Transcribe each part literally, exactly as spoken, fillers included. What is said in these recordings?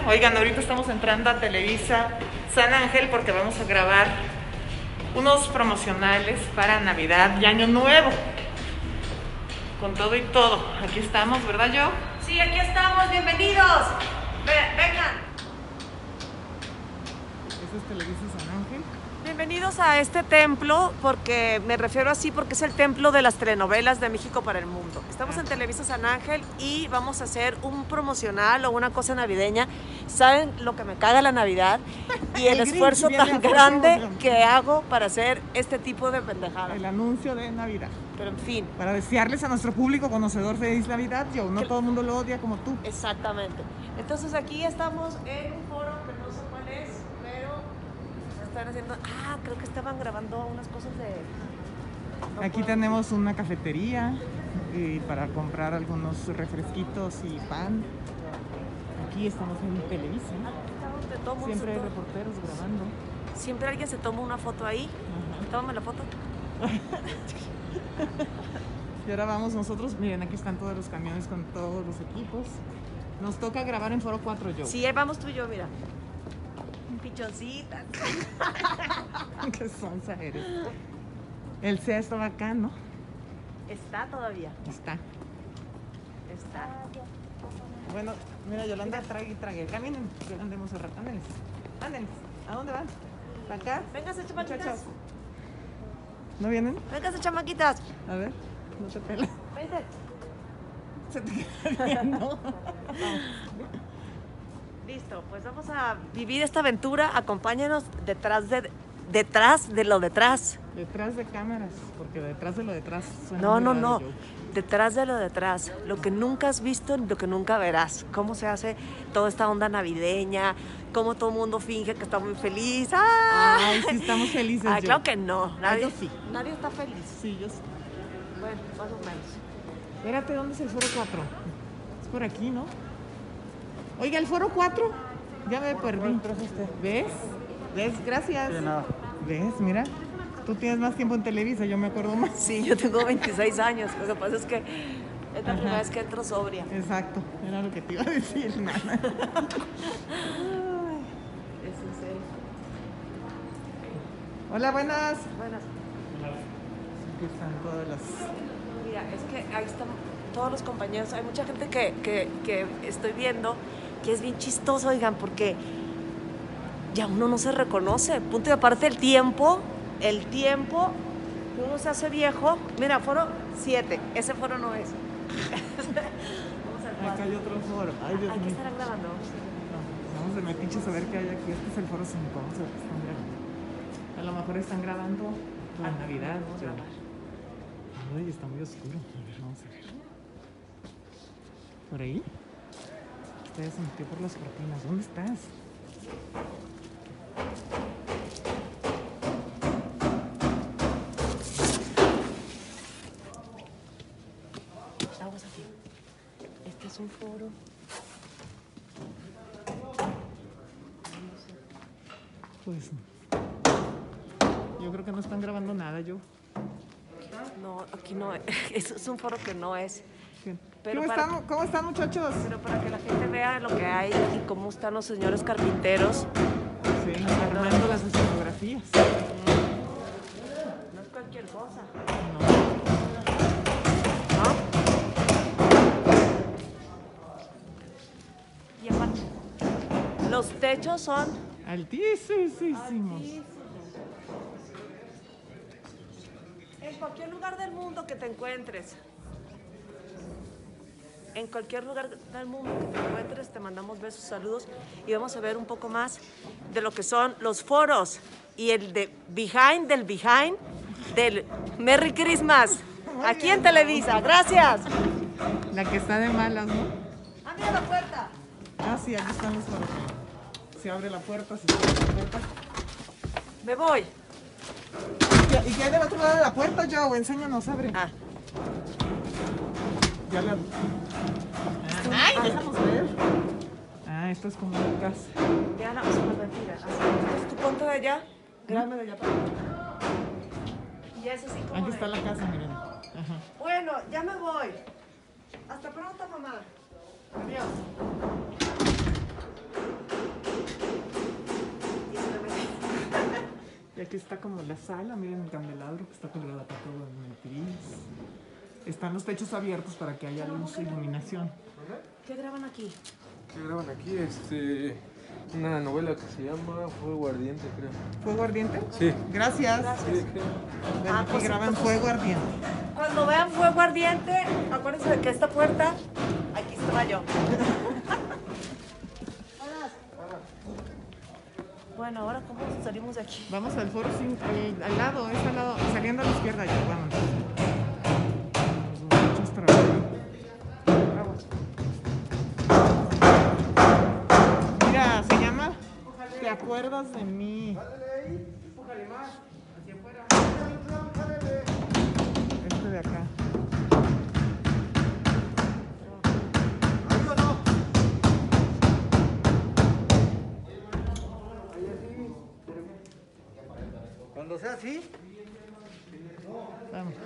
Oigan, ahorita estamos entrando a Televisa San Ángel porque vamos a grabar unos promocionales para Navidad y Año Nuevo. Con todo y todo. Aquí estamos, ¿verdad, yo? Sí, aquí estamos. Bienvenidos. Ven, vengan. Este es Televisa San Ángel. Bienvenidos a este templo, porque me refiero así porque es el templo de las telenovelas de México para el mundo. Estamos en Televisa San Ángel y vamos a hacer un promocional o una cosa navideña. ¿Saben lo que me caga la Navidad? Y el, el esfuerzo tan grande que hago para hacer este tipo de pendejadas. El anuncio de Navidad. Pero en fin. Para desearles a nuestro público conocedor feliz Navidad, yo. No todo el mundo lo odia como tú. Exactamente. Entonces aquí estamos en un foro que no sé cuál es, pero están haciendo... Ah, creo que estaban grabando unas cosas de... No aquí puedo... tenemos una cafetería y para comprar algunos refresquitos y pan. Aquí estamos en Televisa. De todo siempre hay reporteros grabando. Siempre alguien se toma una foto ahí. Ajá. Tómame la foto. Y ahora vamos nosotros. Miren, aquí están todos los camiones con todos los equipos. Nos toca grabar en Foro cuatro, yo. Sí, ahí vamos tú y yo, mira. Pichoncita. Qué sonsa eres. El C E A estaba acá, ¿no? Está todavía. Está. Está. Bueno, mira, Yolanda, trague y trague. Caminen, que andemos el rato. Ándenles. Ándenles. ¿A dónde van? ¿Para acá? Véngase, chamaquitas. ¿No vienen? Véngase, chamaquitas. A ver, no te pelas. Vente. Se te queda viendo. Listo, pues vamos a vivir esta aventura. Acompáñenos detrás de, detrás de lo detrás. Detrás de cámaras, porque detrás de lo detrás suena No, no, raro, no. yo. Detrás de lo detrás. Lo que nunca has visto ni lo que nunca verás. Cómo se hace toda esta onda navideña. Cómo todo el mundo finge que está muy feliz. ¡Ah! Ay, sí estamos felices. Ay, yo. claro que no. Nadie, yo sí. Nadie está feliz. Sí, yo sí. Bueno, más o menos. Espérate, ¿dónde es el Foro cuatro? Es por aquí, ¿no? Oiga, ¿el Foro cuatro? Ya me perdí. ¿Ves? ¿Ves? Gracias. Sí, nada. ¿Ves? Mira. Tú tienes más tiempo en Televisa, yo me acuerdo más. Sí, yo tengo veintiséis años. Lo que pasa es que es la Ajá. primera vez que entro sobria. Exacto. Era lo que te iba a decir, nana. Es en serio. Hola, buenas. Buenas. Aquí están todas las... Mira, es que ahí están todos los compañeros. Hay mucha gente que, que, que estoy viendo que es bien chistoso, oigan, porque ya uno no se reconoce. Punto y aparte el tiempo, el tiempo, uno se hace viejo. Mira, foro siete, ese foro no es. Vamos al cuatro. Acá hay otro foro. Ay, Dios Aquí mío. estarán grabando. No, vamos de metiches a ver qué hay aquí. Este es el foro cinco. Vamos a ver qué están grabando. A lo mejor están grabando la ah, Navidad. Vamos a grabar. Ay, está muy oscuro. A ver, vamos a ver. ¿Por ahí? Usted se metió por las cortinas. ¿Dónde estás? Vamos aquí. Este es un foro. Pues yo creo que no están grabando nada, yo. No, aquí no es. Es un foro que no es. Pero ¿Cómo, para, están, ¿Cómo están, muchachos? Pero para que la gente vea lo que hay y cómo están los señores carpinteros. Sí, armando las escenografías. No es cualquier cosa. ¿No? Y aparte, los techos son altísimos. altísimos. En cualquier lugar del mundo que te encuentres. En cualquier lugar del mundo que te encuentres, te mandamos besos, saludos y vamos a ver un poco más de lo que son los foros y el de behind del behind del Merry Christmas aquí en Televisa. Gracias. La que está de malas, ¿no? Ah, mira la puerta. Ah, sí, aquí están los foros. Se abre la puerta, se abre la puerta. Me voy. ¿Y qué hay del otro lado de la puerta, Joe? Enséñanos, abre. Ah. Ya la... Ay, déjanos ver. Ah, esto es como una casa. Ya no, es una mentira. Entonces tú ponte de allá, grábame de allá para acá. Y es así como aquí de... está la casa, miren. Ajá. Bueno, ya me voy. Hasta pronto, mamá. Adiós. Y aquí está como la sala, miren el candelabro que está colgado acá todo en el gris. Están los techos abiertos para que haya luz e iluminación. ¿Qué graban aquí? ¿Qué graban aquí? Este, una novela que se llama Fuego Ardiente, creo. ¿Fuego ardiente? Sí. Gracias. Gracias. Sí, ¿qué? Ah, pues graban entonces- Fuego ardiente. Cuando vean fuego ardiente, acuérdense de que esta puerta, aquí estaba yo. Bueno, ahora cómo salimos de aquí. Vamos al foro cinco, al, al lado, es al lado, saliendo a la izquierda ya, vamos. Los muchachos trabajan. Aguas. Mira, se llama ¿Te acuerdas de mí? Este de acá. Cuando sea así, Vamos.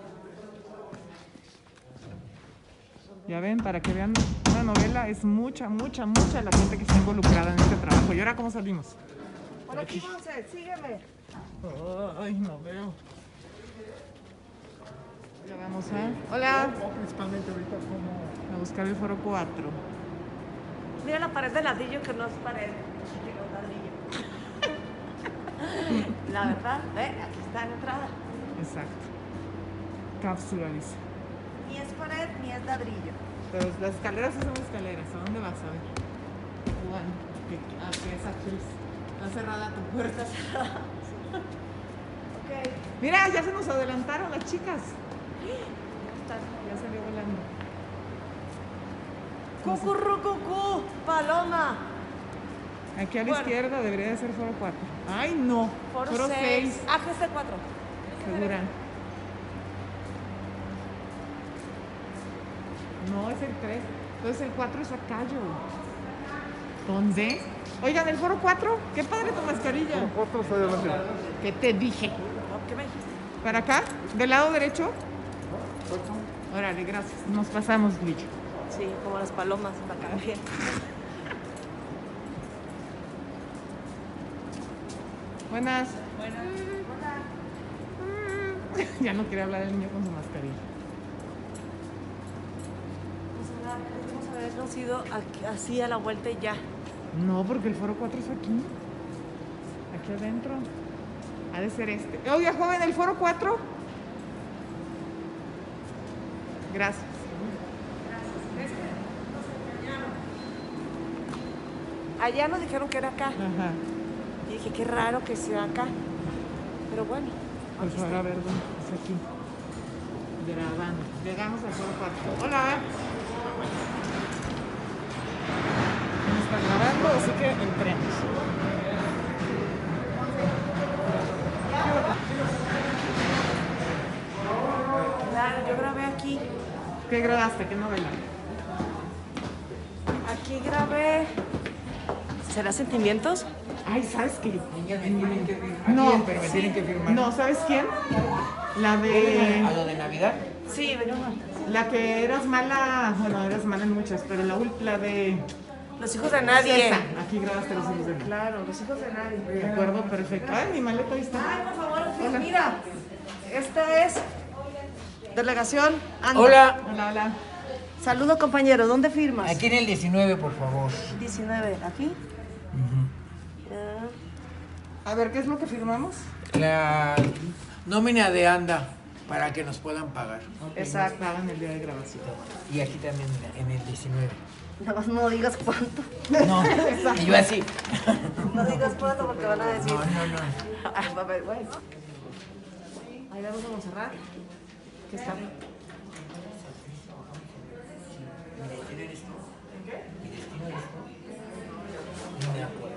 Ya ven, para que vean, una novela es mucha, mucha, mucha la gente que está involucrada en este trabajo. ¿Y ahora cómo salimos? Por aquí, Monse, sígueme. Ay, no veo. Ya vamos, ¿eh? Hola. principalmente ahorita como... A buscar el foro cuatro. Mira la pared de ladrillo que no es pared, sino ladrillo. La verdad, ve, aquí está la entrada. Exacto. Cápsula, dice. Ni es pared ni es ladrillo. Pero las escaleras sí son escaleras. ¿A dónde vas a ver? Juan, que, ah, que es actriz. Está cerrada tu puerta. Ok. Mira, ya se nos adelantaron las chicas. Está. Ya salió volando. Cucurrucucú, paloma. Aquí a la Bueno. izquierda debería de ser foro cuatro. Ay, no. Foro seis. Ah, G C cuatro. Segura. No, es el tres. Entonces el cuatro es acá, yo. ¿Dónde? Oigan, el foro cuatro. Qué padre tu mascarilla. Otro está adelante. ¿Qué te dije? ¿Qué me dijiste? ¿Para acá? ¿Del lado derecho? Órale, gracias. Nos pasamos, Luigi. Sí, como las palomas, para acá bien. Buenas. Buenas. Ya no quiere hablar el niño con su mascarilla. Vamos a habernos ido aquí- así a la vuelta y ya. No, porque el foro cuatro es aquí. Aquí adentro. Ha de ser este. Oiga, joven, ¿el foro cuatro? Gracias. Allá nos dijeron que era acá. Ajá. Y dije, qué raro que sea acá. Pero bueno. Pues ahora a ver dónde es aquí. Grabando. Llegamos al foro cuatro. Hola. ¿No está grabando? Así que entremos. Claro, yo grabé aquí. ¿Qué grabaste? ¿Qué novela? Aquí grabé. ¿Será Sentimientos? Ay, ¿sabes qué? Niñas, me tienen que firmar. No, Bien, pero me tienen que firmar. No, ¿sabes quién? La de... ¿A lo de Navidad? Sí, pero La que eras mala... Bueno, eras mala en muchas, pero la, ul- la de... Los hijos de nadie. Esa. Aquí grabaste los hijos de mí. Claro, los hijos de nadie. De acuerdo, perfecto. Ay, mi maleta ahí está. Ay, por favor, Hola. mira. Esta es Delegación Anda. Hola. Hola, hola. Saludo, compañero. ¿Dónde firmas? Aquí en el diecinueve, por favor. diecinueve. ¿Aquí? A ver, ¿qué es lo que firmamos? La nómina de ANDA para que nos puedan pagar. Exacto. Estaba en el día de grabación. Y aquí también mira, en el diecinueve. Nada más no digas cuánto. No, y yo así. No digas cuánto porque van a decir. No, no, no. Ah, va a ver, güey. Ahí vamos a Montserrat. ¿Qué está? Mi destino eres tú. Mi destino eres tú. No me acuerdo.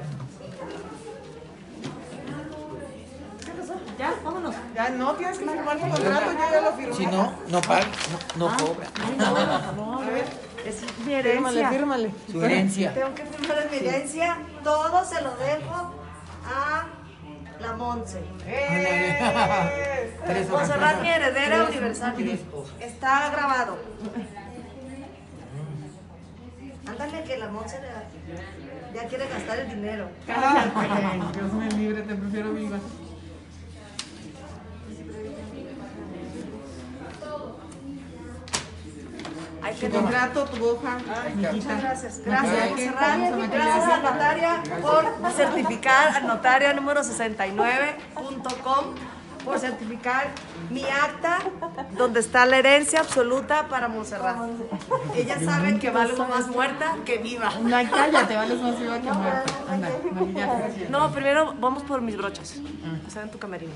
¿Qué pasó? Ya, vámonos. Ya no, tienes que firmar tu contrato, yo ya lo firmé. Si no, no paga, no, no cobra. Ay, no, por favor. A ver, Es mi fírmale, herencia. fírmale. Su herencia. Tengo que firmar en mi herencia. Todo se lo dejo a la Monse. ¡Eh! Tres Montserrat, hojas. mi heredera Tres- universal. tres hojas. Está grabado. Ándale que la Monse le- ya quiere gastar el dinero. Cállate, Dios me libre, te prefiero viva. Hay que Tu contrato, tu hoja, Muchas mijita. gracias. Gracias, Ay, Montserrat. vamos a maquillar. Gracias a Notaria por certificar, a Notaria número sesenta y nueve punto com, por certificar mi acta donde está la herencia absoluta para Montserrat. Ella sabe que valgo más muerta que viva. No, cállate, vales más viva que muerta. Anda, maquillaje. No, primero vamos por mis brochas. Está en tu camerino.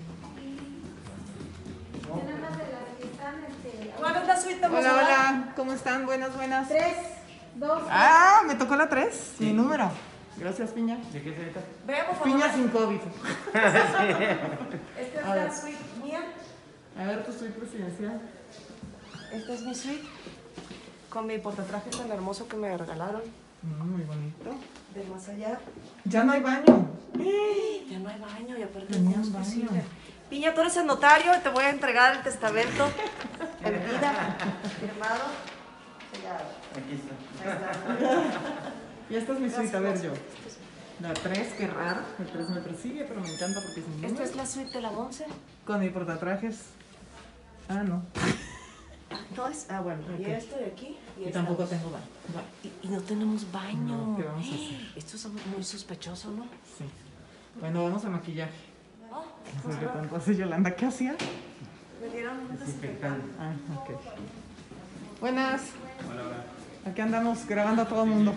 ¿Cuál es la suite, Hola, Montserrat? hola, ¿cómo están? Buenas, buenas. Tres, dos, Ah, me tocó la tres, mi número. Gracias, Piña. Vean, por favor. Piña sin COVID. Esta es la suite mía. A ver, tu suite presidencial. Esta es mi suite. Con mi portatraje tan hermoso que me regalaron. Mm, muy bonito. De más allá. Ya no hay baño. Ya no hay baño y aparte Tenían ¿cómo es baño. posible? Piña, tú eres el notario y te voy a entregar el testamento en vida, firmado, sellado. Aquí está. Y esta es mi suite, a ver yo. La tres, qué raro. El tres me persigue, pero me encanta porque es mi Esta número. es la suite de la once. Con mi portatrajes. Ah, no. No es. Ah, bueno. Y Ok. esto de aquí. Y, Y esta. tampoco tengo baño. Va. Y, y no tenemos baño. No, ¿qué vamos a hacer? Esto es muy sospechoso, ¿no? Sí. Bueno, vamos a maquillaje. Oh, No sé qué tanto hace Yolanda. ¿Qué hacía? me dieron un desinfectante. Ah, ok. Buenas. Aquí andamos grabando a todo el mundo.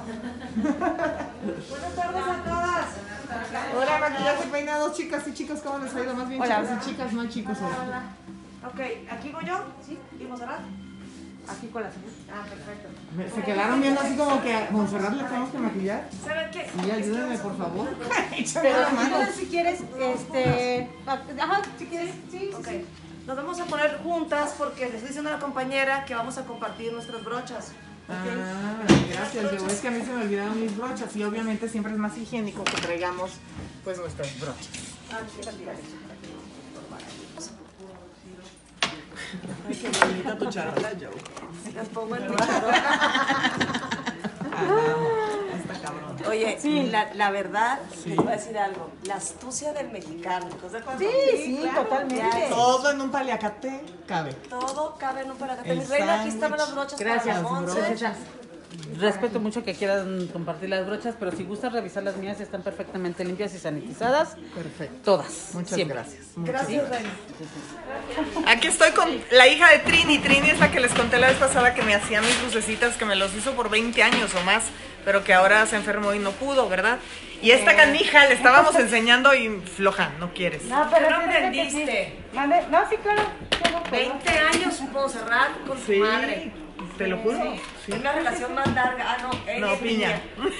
Buenas tardes a todas. Hola, maquillaje, peinados, chicas y chicos, ¿cómo les ha ido? Más bien Hola. chicas y chicas, no hay chicos hoy. Ok, ¿aquí voy yo? ¿Sí? ¿Y Montserrat? Aquí con la señora. Ah, perfecto. Me- Se quedaron viendo así como que a Montserrat le tenemos que maquillar. ¿Saben qué? Sí, ayúdenme, por favor. Échame pero la si mano. quieres, si quieres, este, ajá, si quieres, sí, Ok. sí. Nos vamos a poner juntas porque les estoy diciendo a la compañera que vamos a compartir nuestras brochas. Ah, gracias, yo es que a mí se me olvidaron mis brochas y obviamente siempre es más higiénico que traigamos pues nuestras brochas. Ah, sí, sí, sí. Ay, qué bonita tu charola, Joe. Las pongo en mi charo. Está cabrón. Oye, la, la verdad, les voy a decir algo. La astucia del mexicano. ¿Te das cuenta? Sí, sí, claro, totalmente. ya es. Todo en un paliacate cabe. Todo cabe en un palacate. El Mi reina, aquí estaban sándwich. las brochas Gracias, para la Monse. brochas. Respeto mucho que quieran compartir las brochas, pero si gustas revisar las mías, están perfectamente limpias y sanitizadas. Perfecto. Todas. Muchas siempre. gracias. Muchas Gracias, reina. Aquí estoy con la hija de Trini. Trini es la que les conté la vez pasada que me hacía mis lucecitas, que me los hizo por veinte años o más, pero que ahora se enfermó y no pudo, ¿verdad? Y esta canija le estábamos enseñando y floja, no quieres. No, pero no fíjate que aprendiste. sí. Mande, no, sí, claro. claro, claro. veinte años Montserrat con su Sí, madre. te lo juro. Sí. Es la relación más larga. Ah, no, ella No, y piña.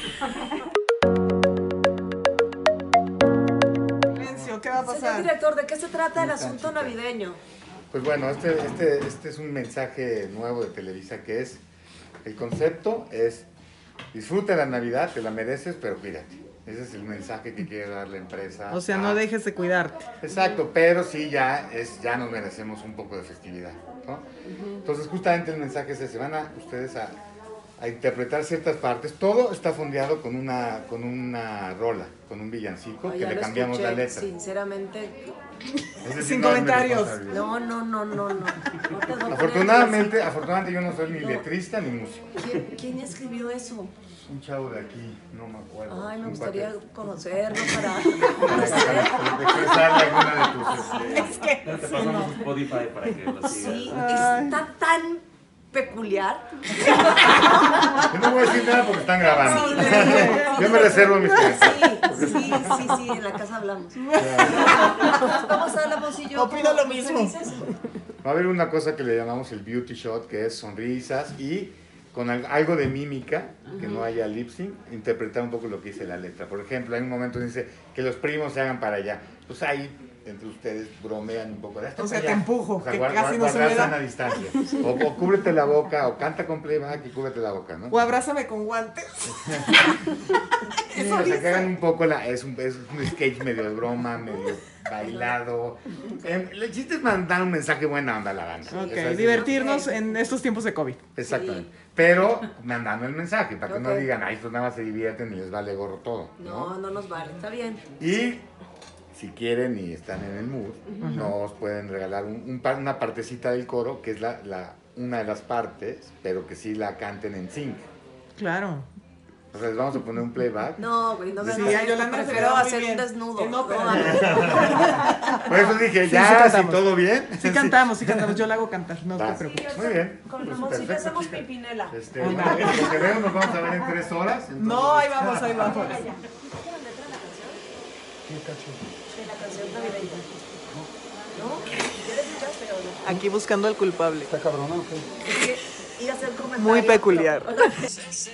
Silencio, ¿qué va a Señor pasar? director, ¿de qué se trata el asunto navideño? Pues bueno, este, este, este es un mensaje nuevo de Televisa que es, el concepto es, disfruta la Navidad, te la mereces, pero cuídate. Ese es el mensaje que quiere dar la empresa. O sea, no a- dejes de cuidarte. Exacto, pero sí ya, es, ya nos merecemos un poco de festividad, ¿no? Entonces justamente el mensaje es ese, van a ustedes a, a interpretar ciertas partes. Todo está fondeado con una, con una rola, con un villancico, Ay, que ya le lo cambiamos escuché, la letra. Sinceramente, Es decir, Sin no es mi comentarios. responsabilidad. no, no, no, no, no. No te voy a poner Afortunadamente, así. afortunadamente yo no soy ni letrista ni músico. ¿Quién, quién escribió eso? Un chavo de aquí, no me acuerdo. Ay, me Un gustaría cuate. conocerlo para Para conocer. expresarle alguna de tus... este, Ya te pasamos Spotify para que lo sigas. Sí, Ay. está tan peculiar. Yo no voy a decir nada porque están grabando. Yo me reservo mis comentarios. Sí, sí, sí, sí, en la casa hablamos. ¿Cómo está la voz y yo? Opino lo ¿Cómo mismo. felices? Va a haber una cosa que le llamamos el beauty shot, que es sonrisas y con al- algo de mímica, que no haya lip sync, interpretar un poco lo que dice la letra. Por ejemplo, hay un momento que dice que los primos se hagan para allá. Pues ahí, entre ustedes, bromean un poco. "Hazte O sea, para te allá". empujo, O sea, que guar- casi guar- no se guardar me da. sana distancia. O, o cúbrete la boca, o canta con playback y cúbrete la boca, ¿no? O abrázame con guantes. Sí, o sea, que hagan un poco la... Es un, es un sketch medio de broma, medio bailado. Eh, el chiste es mandar un mensaje buena onda a la banda. Ok, O sea, es- divertirnos en estos tiempos de COVID. Exactamente. Pero mandando el mensaje, para que no Ok. digan, ay, estos nada más se divierten y les vale gorro todo, No, ¿no? no nos vale, está bien. Y si quieren y están en el mood, nos pueden regalar un- un pa- una partecita del coro, que es la, la una de las partes, pero que sí la canten en sync. Claro. O sea, les vamos a poner un playback. No, güey, no me Sí, hagas a esto, Yolanda se le prefiero da muy hacer bien. un desnudo. En ópera. No, a ver. Por eso dije, Sí, ya, sí si cantamos. todo bien. Sí cantamos, sí cantamos. Yo la hago cantar, no Va. te preocupes. Muy bien. Con Pues Ramoncito perfecto, hacemos chicas. Pimpinela. Este, bueno, lo que veo nos vamos a ver en tres horas. entonces- No, ahí vamos, ahí vamos. ¿Viste la letra de la canción? De la canción navideña. ¿No? ¿Quieres escuchar? Pero no. Aquí buscando al culpable. ¿Está cabrona o qué? Es que iba a hacer comentario. Muy peculiar. pero-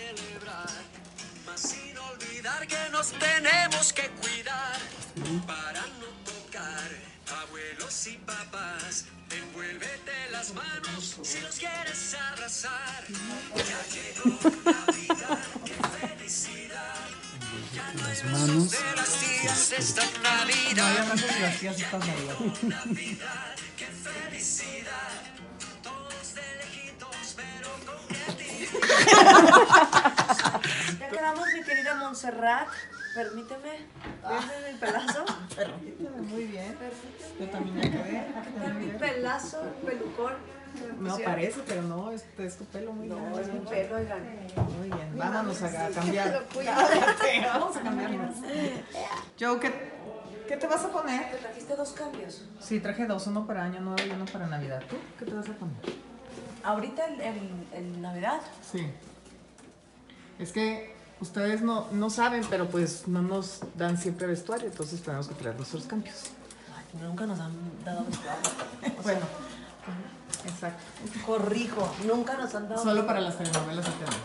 Sin olvidar que nos tenemos que cuidar para no tocar abuelos y papás. Envuélvete las manos si los quieres abrazar. Ya llegó Navidad, qué felicidad. Ya no hay besos de las tías esta Navidad. Ya no sé si las tías estas navidades. Navidad, qué felicidad. Todos de lejitos, pero con creatividad. Ya quedamos, mi querida Montserrat. Permíteme. ¿Ves mi pelazo? Muy bien. Yo también ya quedé. ¿Qué tal mi pelazo, pelucón? que me No pusieron? parece, pero no, es, es tu pelo muy No, bien. es mi pelo, oigan. Muy bien, vámonos a, a cambiar. Lo cuido. Vamos a cambiarnos. Joe, ¿qué, ¿qué te vas a poner? Te trajiste dos cambios. Sí, traje dos, uno para Año Nuevo y uno para Navidad. ¿Tú qué te vas a poner? Ahorita el, el, el Navidad. Sí. Es que ustedes no, no saben, pero pues no nos dan siempre vestuario, entonces tenemos que traer nuestros cambios. Ay, nunca nos han dado vestuario. Bueno, exacto. Corrijo, nunca nos han dado. Solo para las telenovelas de tema.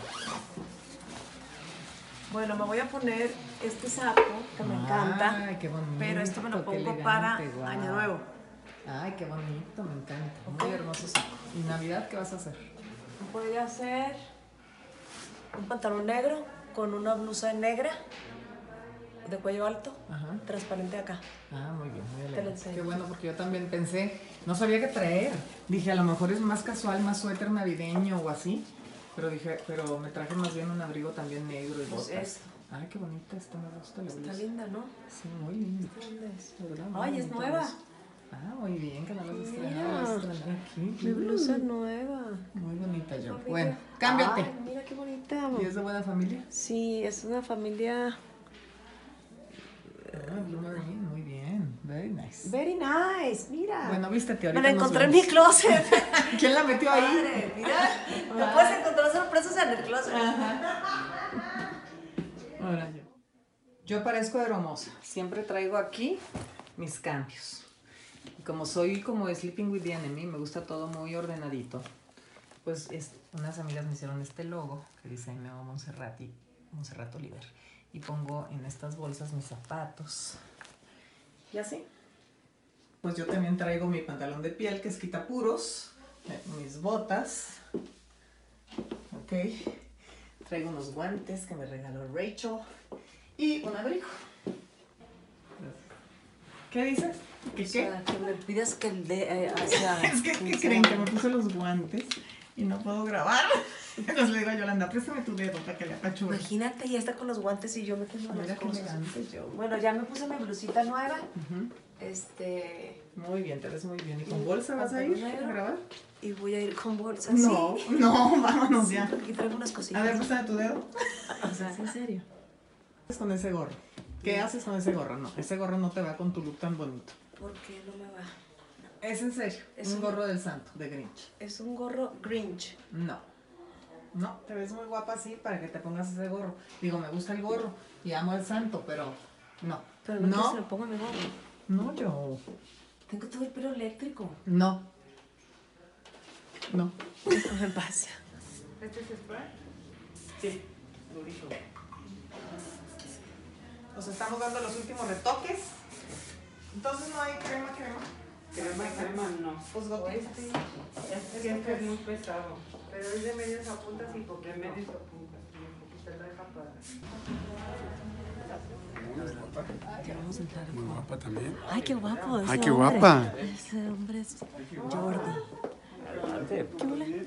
Bueno, me voy a poner este saco que me encanta. Ay, qué bonito. Pero esto me lo qué pongo elegante, para guau. Año Nuevo. Ay, qué bonito, me encanta. Muy hermoso saco. ¿Y Navidad qué vas a hacer? Voy a hacer un pantalón negro con una blusa negra de cuello alto, Ajá. transparente acá. Ah, muy bien, muy Te lo elegante. enseño. Qué bueno, porque yo también pensé, no sabía qué traer. Dije, a lo mejor es más casual, más suéter navideño o así. Pero dije, pero me traje más bien un abrigo también negro y Pues botas. esto. Ay, qué bonita esta, me gusta la Está blusa. linda, ¿no? Sí, muy linda. ¿Dónde es? ¿Verdad? Muy Ay, es bonita nueva. blusa. Ah, muy bien, que no la has Mira. estrenado, la has estrenado aquí. Mi blusa nueva. Muy bonita yo. Bonita. Bueno, cámbiate. Ay, mira qué bonita. ¿Y es de buena familia? Sí, es una familia Ah, Blue Marine, muy bien. Very nice. very nice, mira. Bueno, vístete me ahorita. la nos encontré en vemos. mi closet. ¿Quién la metió ahí? Padre, mira. Te puedes encontrar sorpresas en el closet. Ahora yo. Yo parezco hermosa. Siempre traigo aquí mis cambios. Y como soy como Sleeping with the Enemy, me gusta todo muy ordenadito. Pues es, unas amigas me hicieron este logo que dice Neo Montserrat y Montserrat Oliver. Y pongo en estas bolsas mis zapatos. Y así. Pues yo también traigo mi pantalón de piel que es quitapuros, eh, mis botas. Ok. Traigo unos guantes que me regaló Rachel y un abrigo. ¿Qué dices? ¿Qué O qué? sea, que me pidas que el de eh, hacia. Es que, ¿qué creen? Que me puse los guantes y no puedo grabar. Entonces le digo a Yolanda, préstame tu dedo para que le apachurre. Imagínate, ya está con los guantes y yo metiendo Mira las qué cosas. elegante yo. Bueno, ya me puse mi blusita nueva. Ujú. Este. Muy bien, te ves muy bien. ¿Y con bolsa vas a ir Pantalón a negro. grabar? Y voy a ir con bolsa. No, Sí. no, vámonos ya. Aquí traigo unas A cositas. ver, préstame tu dedo. O sea, ¿en serio? ¿Qué haces con ese gorro? ¿Qué haces con ese gorro? No, ese gorro no te va con tu look tan bonito. ¿Por qué no me va? Es en serio, Es un un- gorro del santo, de Grinch. Es un gorro Grinch. No, no, te ves muy guapa así para que te pongas ese gorro. Digo, me gusta el gorro y amo al santo, pero no. Pero no, no, que se lo pongo mi gorro. no, yo. Tengo todo el pelo eléctrico. No. No. No me pasa. ¿Este es spray? Sí, durito. Nos estamos dando los últimos retoques. Entonces no hay crema, crema. Crema, crema, no. Pues gotitas. Es que este es muy pesado. Pero es de medios a puntas y De poquito. medios a puntas, y un poquito lo deja para. Que vamos a entrar. Muy guapa también. Ay, qué guapo. Ese Ay, qué hombre. guapa. Ese hombre es Jordi. ¿Qué huele?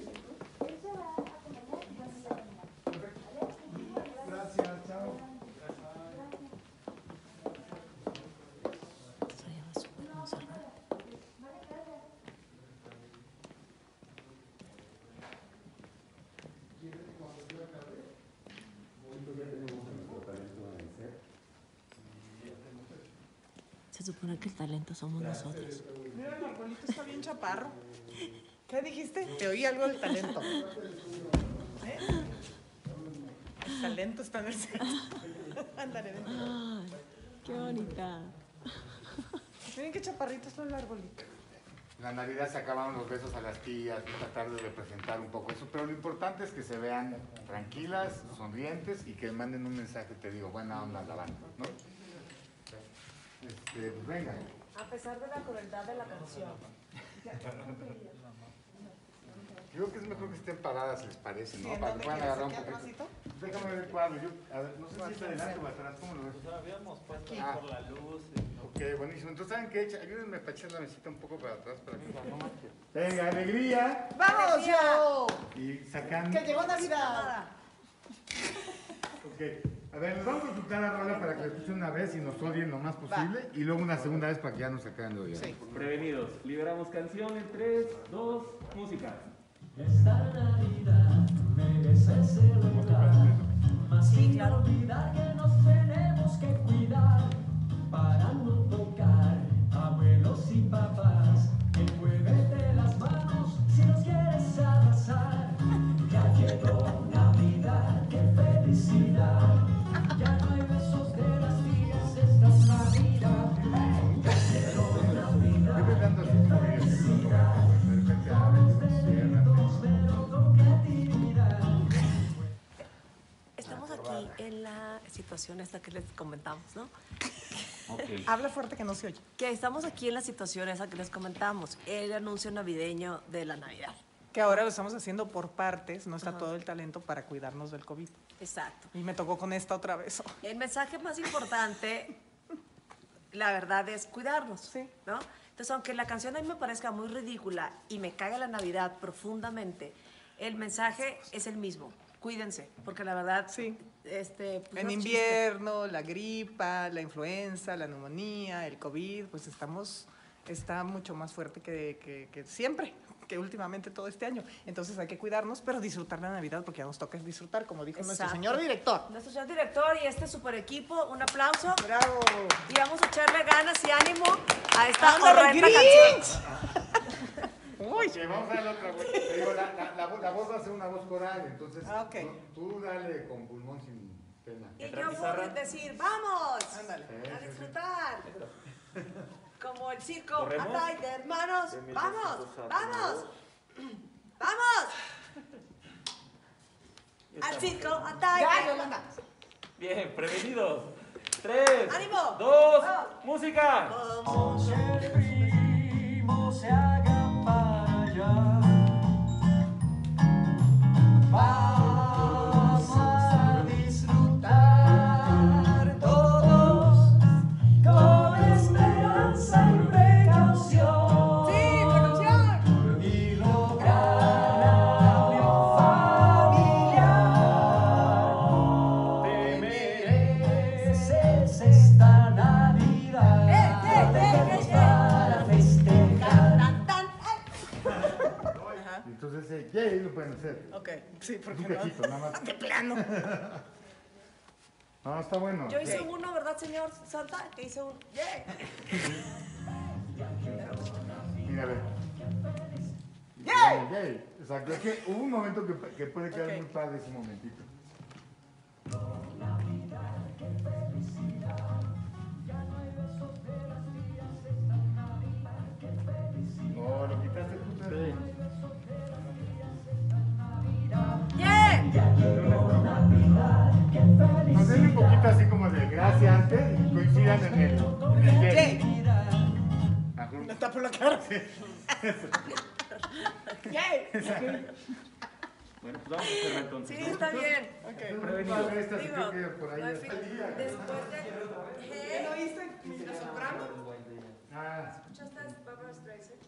Esto llama Super Montserrat. Se supone que el talento somos nosotros. Mira, el arbolito está bien chaparro. ¿Qué dijiste? Te oí algo del talento. ¿Eh? El talento está en el centro. Ándale, ven. Ay, qué bonita. Miren qué chaparrito está el arbolito. La Navidad se acabaron los besos a las tías, tratar de representar un poco eso, pero lo importante es que se vean tranquilas, sonrientes y que manden un mensaje, te digo, buena onda a la banda, ¿no? Este, pues venga. A pesar de la crueldad de la canción. Yo creo que es mejor que estén paradas, les parece, ¿no? Sí, Para que puedan agarrar un poquito. atrásito? Déjame ver el cuadro. Yo, a ver, no sé si está adelante o atrás, ¿cómo lo ves? Pues habíamos puesto Ah. por la luz. y- Ok, buenísimo. Entonces, ¿saben qué? Ayúdenme para echar la mesita un poco para atrás para que... Venga, alegría. ¡Vamos, yo! Y sacando... ¡Que llegó Navidad! Ok. A ver, nos vamos a disfrutar la rola para que la escuchen una vez y nos odien lo más posible. Y luego una segunda vez para que ya nos acaben de odiar. Sí. Prevenidos. Liberamos canción en tres, dos, música. Esta Navidad merece celebrar, mas sin olvidar que nos tenemos que cuidar para no tocar abuelos y papás. Envuélvete las manos si los quieres abrazar. Ya llegó Navidad, qué felicidad. Ya no hay besos de las tías, esta es Navidad. Ya llegó Navidad. Yo me ando así como bien, de repente abren, se cierran. Estamos aquí en la situación esta que les comentamos, ¿no? Ok. Habla fuerte que no se oye. Que estamos aquí en la situación esa que les comentamos, el anuncio navideño de la Navidad. Que ahora lo estamos haciendo por partes, no está todo el talento para cuidarnos del COVID. Exacto. Y me tocó con esta otra vez. El mensaje más importante, la verdad, es cuidarnos, Sí. ¿no? Entonces, aunque la canción a mí me parezca muy ridícula y me caga la Navidad profundamente, el mensaje es el mismo. Cuídense, porque la verdad, Sí. este, pues, En no es invierno, la gripa, la influenza, la neumonía, el COVID, pues estamos, está mucho más fuerte que, que, que siempre, que últimamente todo este año. Entonces hay que cuidarnos, pero disfrutar la Navidad, porque ya nos toca disfrutar, como dijo nuestro Exacto. señor director. chiste. Nuestro señor director y este super equipo, un aplauso. ¡Bravo! Y vamos a echarle ganas y ánimo a esta ¡Ándale, horrenda Grinch! canción. Uy, vamos a darle otra vuelta. Te digo, la, la, la, vo- la voz va a ser una voz coral, entonces Ah, ok. tú, tú dale con pulmón sin pena. Y yo voy a decir, ¡vamos! Ándale. A disfrutar. Como el circo. ¿Corremos? Atay de hermanos. Permite ¡Vamos! esposar, ¡Vamos! ¡Vamos! Al circo, Atay. Ya, Yolanda. Bien, prevenidos. Tres, ¡Ánimo! dos, ¡Vamos! música. Vamos el primo se haga para allá. Vamos a disfrutar todos con esperanza y precaución. ¡Sí, precaución! Y lograr la unión familiar. Te mereces esta Navidad. ¡Eh, eh, eh, eh, eh! Para festejar. ¡Tan, tan! ¡Ay! Entonces, eh, yay, lo pueden hacer. Ok, sí, porque Un no. cachito, nada más. De plano. No, está bueno. Yo hice uno, ¿verdad, señor Santa? Que hice un... ¡Yeah! Mira, a ver. Yay, yay. Exacto, es que hubo un momento que, que puede quedar Ok. muy padre ese momentito. No, lo quitaste tú. Sí. ¡Yeah! Nos den un poquito así como de gracia antes y coincidan en el, en el yay. ¡Yay! Ajá. Me tapo la cara. ¡Yay! Bueno, pues vamos a hacerlo entonces. Sí, ¿no? está bien. Ok. Prevenido. Esta sí Digo, creo que por ahí al está. fin, después de... ¿Qué ¿Eh? no oíste? ¿Mi soprano? Ah, ¿Escuchaste a Barbra Streisand?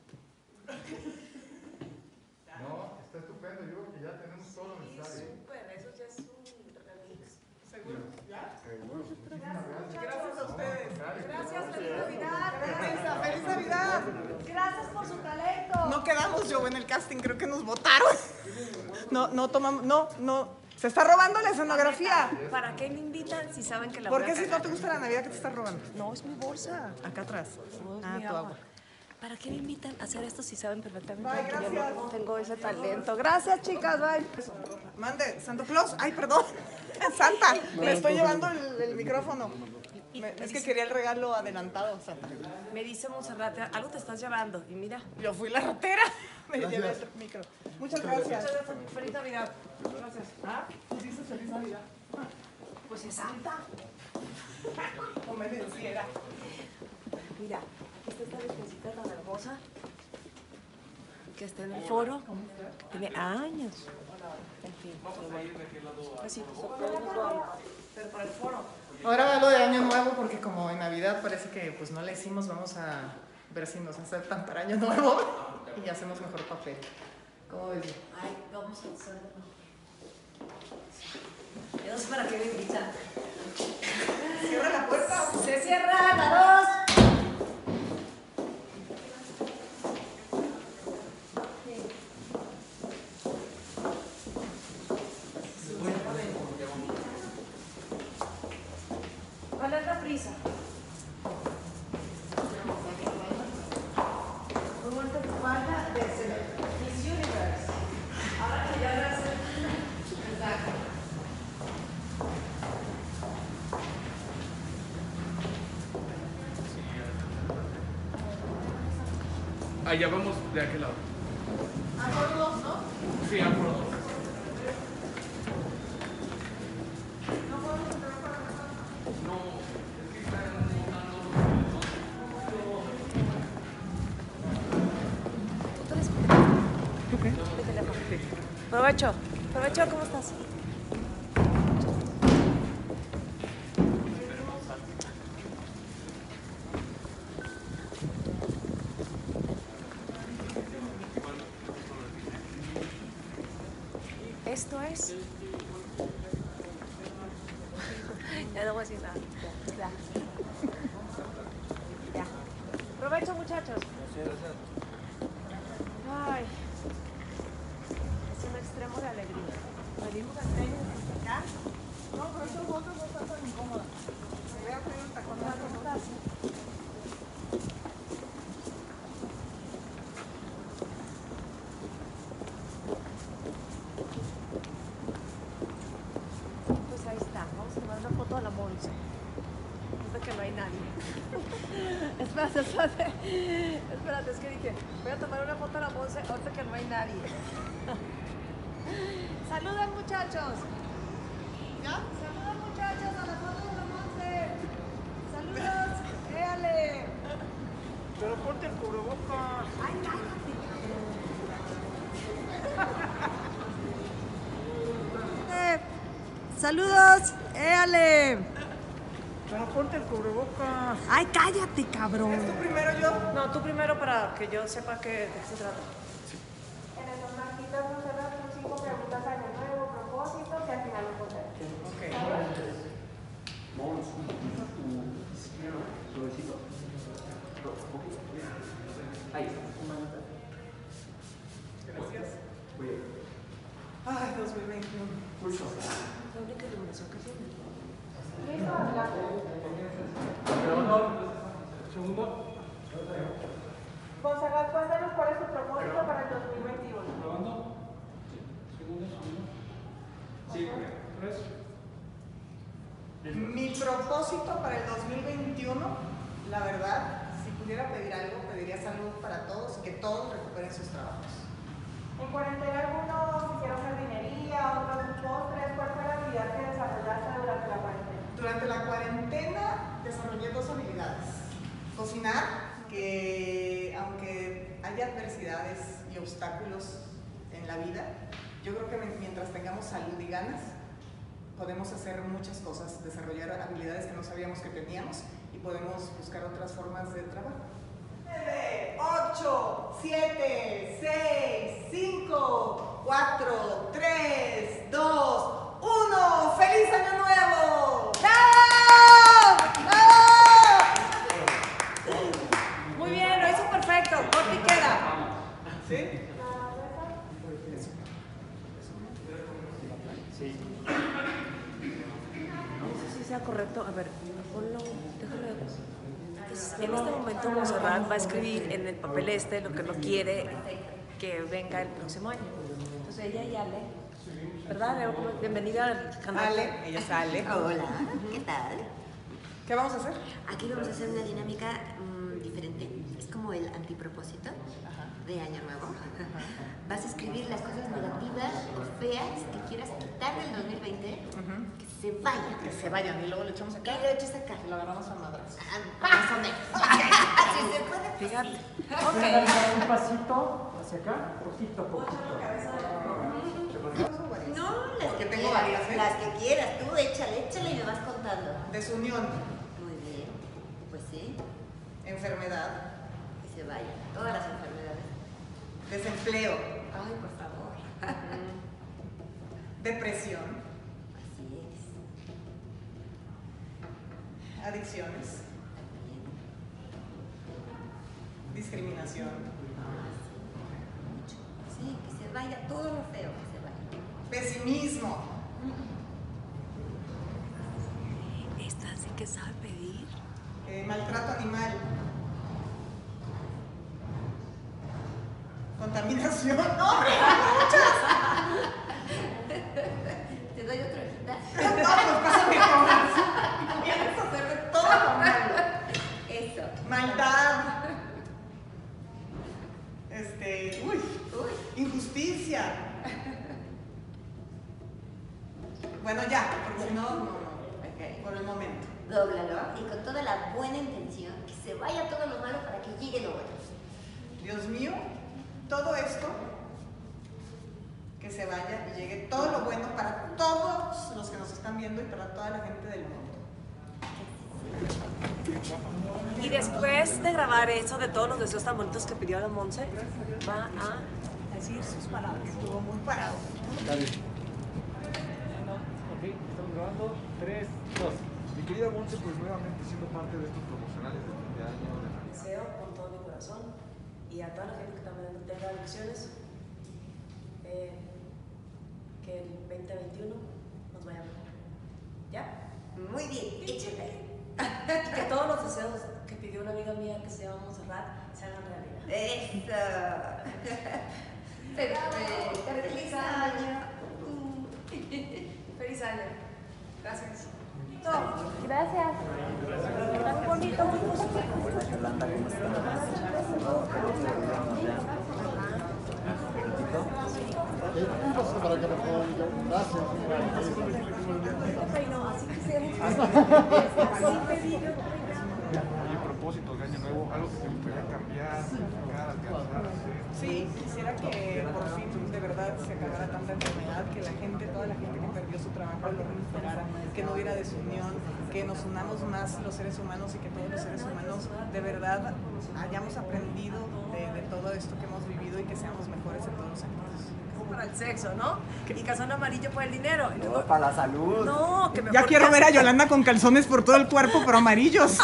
no, está estupendo. Yo creo que ya tenemos todo lo Sí, necesario. súper, eso ya es un remix. ¿Seguro? ¿Ya? Seguro. Muchísimas gracias. Gracias a ustedes. Gracias, feliz Navidad. Teresa, ¡feliz Navidad! Gracias por su talento. No quedamos yo en el casting, creo que nos votaron. No, no tomamos, no, no, Se está robando la escenografía. ¿Para qué me invitan si saben que la ¿Por voy a qué si no cagar? te gusta la Navidad que te estás robando? No, es mi bolsa. Acá atrás. No, es Ah, mi tu agua. agua. ¿Para qué me invitan a hacer esto si saben perfectamente Bye, que yo gracias. no tengo ese talento? Gracias, chicas, bye. Mande, Santo Claus. Ay, perdón. Santa, me estoy llevando el, el micrófono. Me- es que quería el regalo adelantado, Santa. Me dice Monserrat, algo te estás llevando. Y mira. Yo fui la ratera. Me llevé el micro. Muchas gracias. Muchas gracias. Feliz Navidad. Gracias. Ah, dices feliz Navidad. Pues es Santa. No me venciera. Mira, esta esta virgencita tan hermosa que está en el foro, que tiene años. En fin, pero bueno. Pues sí, pues todos nos vamos. Pero para el foro. Ahora lo de Año Nuevo, porque como en Navidad parece que pues no la hicimos, vamos a ver si nos aceptan para Año Nuevo y hacemos mejor papel. ¿Cómo ves? Ay, vamos a hacerlo. Yo no sé para qué me invitan. Cierra la puerta. Se cierra la dos. ¿Cuál es la prisa? Muy buena tu falda de Miss Universe. Ahora que ya lo hacen. Exacto. Allá vamos de aquel lado. A por dos, ¿no? Sí, a por dos. ¿Tú qué? Mi teléfono. Provecho. Provecho, ¿cómo estás? Esto es. Ya no voy a decir nada. Ya. Ya. Provecho, muchachos. Ay. Es un extremo de alegría. Venimos a acá. No, pero estos botes no están tan incómodas. Me voy a poner un tacón de ¿Cómo estás? Pues ahí está. Vamos a tomar una foto a la Monse. Es de que no hay nadie. Espérate, espérate. Espérate, es que dije, voy a tomar una foto a la Monse ahorita que no hay nadie. Saluden, muchachos. ¿Ya? Saludos, muchachos, a la foto de la Monse. Saludos. Éale. Pero ponte el cubrebocas. Ay, cállate. Eh, Saludos. Éale. Pero ponte el cubrebocas. Ay, cállate, cabrón. ¿Es tú primero yo? No, tú primero para que yo sepa qué, de qué se trata. En el marquitas nos cerramos con cinco preguntas año nuevo, propósitos y al final un poder. Gracias. Ay, dos mil veintiuno. La única iluminación que tiene. Listo, adelante. Segundo. Monserrat, cuéntanos cuál es tu propósito para el dos mil veintiuno. Probando. Segundo, segundo. Sí, tres. Mi propósito para el dos mil veintiuno, la verdad, si pudiera pedir algo, pediría salud para todos y que todos recuperen sus trabajos. En cuarentena algunos hicieron jardinería, otros postres. ¿Cuál fue la habilidad que desarrollaste durante la cuarentena? Durante la cuarentena desarrollé dos habilidades. Cocinar, que aunque haya adversidades y obstáculos en la vida, yo creo que mientras tengamos salud y ganas, podemos hacer muchas cosas, desarrollar habilidades que no sabíamos que teníamos y podemos buscar otras formas de trabajo. nueve, ocho, siete, seis, cinco, cuatro, tres, dos, uno. ¡Feliz Año Nuevo! ¡Bravo! ¡Bravo! Muy bien, lo hizo perfecto. Por piquera. ¿Sí? Sí, Sí. No sé si sea correcto. A ver, ponlo, déjame ver. Entonces, en este momento Montserrat va a escribir en el papel este lo que no quiere que venga el próximo año. Entonces ella y Ale, ¿verdad? Ale? Bienvenida al canal. Ale, ella es Ale. Hola, ¿qué tal? ¿Qué vamos a hacer? Aquí vamos a hacer una dinámica mmm, diferente. Es como el antipropósito de Año Nuevo. Vas a escribir las cosas negativas o feas que quieras quitar del dos mil veinte, que se vayan. Que se vayan y luego le echamos acá. Y lo echas acá. Y lo agarramos a madras. Ah, más o menos. Así se puede. Fíjate. Okay. Un pasito hacia acá, poquito a poquito. No, las que, que tengo quieras, varias, ¿eh? las que quieras. Tú échale, échale y me vas contando. Desunión. Muy bien. Pues sí, Enfermedad. que se vayan. Todas las enfermedades. Desempleo. Ay, por favor. Depresión. Así es. Adicciones. Discriminación. Sí, que se vaya todo lo feo, que se vaya. Pesimismo. Esta sí que sabe pedir. Eh, maltrato animal. Contaminación. ¡No, hombre! ¡Muchas! ¿Te doy otra hojita? No, pues pásame todas. Comienzas a hacer de todo lo malo. Eso. Maldad. Este. Uy. Uy. Injusticia. Bueno, ya, porque si no, no, no. Okay. Por el momento. Dóblalo y con toda la buena intención, que se vaya todo lo malo para que llegue lo bueno. Dios mío, todo esto, que se vaya y llegue todo lo bueno para todos los que nos están viendo y para toda la gente del mundo. Y después de grabar eso, de todos los deseos tan bonitos que pidió la Monse, va a decir sus palabras. Estuvo muy parado. Dale. Ok, estamos grabando. tres, dos. Mi querida Monse, pues nuevamente siendo parte de estos promocionales de fin de año. De Navidad. Deseo con todo mi corazón y a toda la gente que también tenga elecciones, eh, que el veinte veintiuno nos vaya mejor. ¿Ya? Muy bien, échale. Y que todos los deseos que pidió una amiga mía que se llama Montserrat se hagan realidad. Eso. Perfecto. Feliz año. Feliz año. Gracias. Gracias. Tan bonito. Yolanda, ¿cómo estás? Para que me pongan, gracias. Así que se Oye, propósitos de año nuevo, algo que te gustaría cambiar, modificar, alcanzar, hacer. Sí, quisiera que por fin de verdad se acabara tanta enfermedad, que la gente, toda la gente que perdió su trabajo lo recuperara, que no hubiera desunión, que nos unamos más los seres humanos y que todos los seres humanos de verdad hayamos aprendido de, de todo esto que hemos vivido y que seamos mejores en todos los sentidos. para el sexo, ¿no? Y calzón amarillo por el dinero. Y luego, para la salud. No, que mejor ya quiero ver a calzón. Yolanda con calzones por todo el cuerpo, pero amarillos.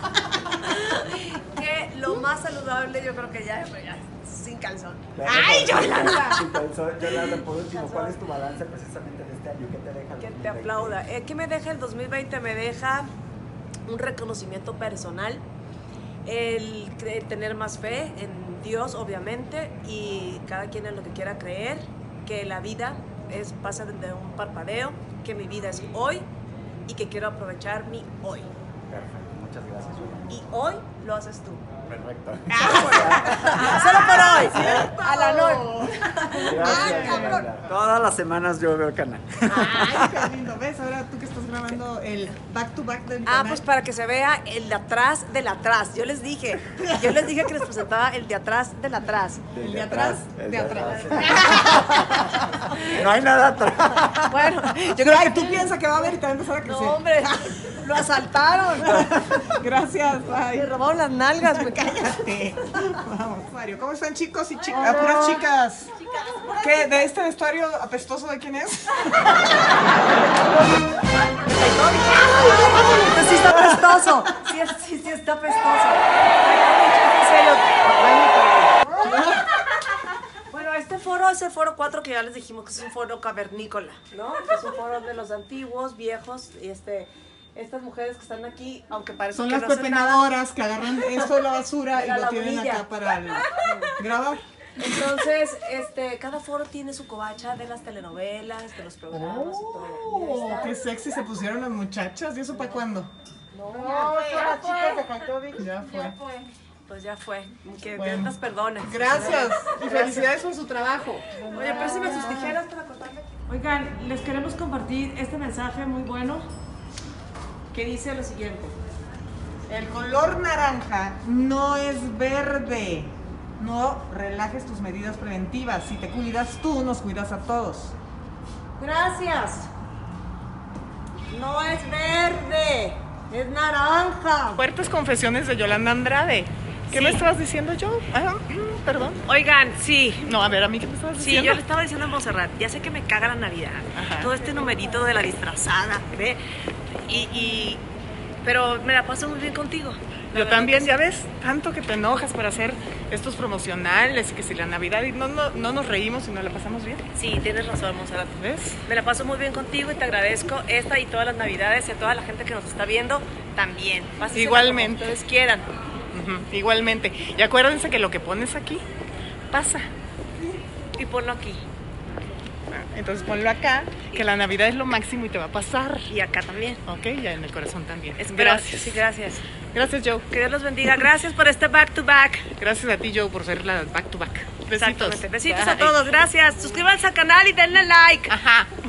Que lo más saludable yo creo que ya es ya, sin calzón. Claro, ¡Ay, por- Yolanda! Sin calzón. Yolanda, por último, ¿cuál es tu balance precisamente de este año? ¿Qué te deja el Que dos mil te veinte? aplauda. Eh, ¿Qué me deja el dos mil veinte? Me deja un reconocimiento personal, el cre- tener más fe en Dios, obviamente, y cada quien en lo que quiera creer, que la vida es pasa de un parpadeo, que mi vida es hoy y que quiero aprovechar mi hoy. Perfecto, muchas gracias, Yolanda. Y hoy lo haces tú. Perfecto. Solo por hoy. A la noche. Gracias, Yolanda. Todas las semanas yo veo el canal. Ay, qué lindo. ¿Ves? Ahora tú que estás grabando el back to back del Ah, canal. pues para que se vea el de atrás del atrás. Yo les dije, yo les dije que les presentaba el de atrás del atrás. El de atrás, el de atrás. No hay nada atrás. Bueno, Yo creo que tú piensas que va a haber y te va a empezar a crecer. no, hombre, lo asaltaron. Gracias, bye. Le robaron las nalgas, me Cállate. Vamos, Mario. ¿Cómo están, chicos y chicas? Ah, puras chicas. ¿Qué? ¿De este vestuario apestoso de quién es? Este sí está apestoso. Sí, sí, sí está apestoso. En serio. Bueno, este foro es el foro cuatro, que ya les dijimos que es un foro cavernícola, ¿no? Que es un foro de los antiguos, viejos, y este... Estas mujeres que están aquí, aunque parezcan Son que las no hacen pepenadoras que agarran esto de la basura y Era lo la tienen bolilla. acá para el- grabar. Entonces, este, cada foro tiene su covacha de las telenovelas, de los programas y todo. Y ahí Oh, está. qué sexy se pusieron las muchachas. ¿Y eso para cuándo? No, No, ya fue, son las ya chicas fue. de Jacobi. Ya fue. Ya fue. Pues ya fue. Que Bueno. Dios las perdone. Gracias y Gracias. felicidades por su trabajo. Oye, préstame sus tijeras para cortarme aquí. Oigan, les queremos compartir este mensaje muy bueno que dice lo siguiente. El color naranja no es verde. No relajes tus medidas preventivas. Si te cuidas tú, nos cuidas a todos. Gracias. No es verde, es naranja. Fuertes confesiones de Yolanda Andrade. ¿Qué Sí. me estabas diciendo yo? Ah, mm, perdón. Oigan, sí. No, a ver, a mí qué me estabas Sí, diciendo. yo le estaba diciendo a Monserrat, ya sé que me caga la Navidad, Ajá. todo este numerito de la disfrazada, ¿ve? Y, y, pero me la paso muy bien contigo. La Yo verdad también, que ya ves, tanto que te enojas para hacer estos promocionales y que si la Navidad y no, no, no nos reímos y no la pasamos bien. Sí, tienes razón, Monserrat. ¿Ves? Me la paso muy bien contigo y te agradezco esta y todas las Navidades y a toda la gente que nos está viendo también. Pásensela Igualmente. como ustedes quieran. Ujú, igualmente. Y acuérdense que lo que pones aquí pasa. Y ponlo aquí. Entonces ponlo acá, que la Navidad es lo máximo y te va a pasar. Y acá también. Ok, ya en el corazón también. Espero- Gracias. Sí, gracias. Gracias, Joe. Que Dios los bendiga. Gracias por este back to back. Gracias a ti, Joe, por ser la back to back. Besitos. Exactamente. Besitos Bye. a todos. Gracias. Suscríbanse al canal y denle like. Ajá.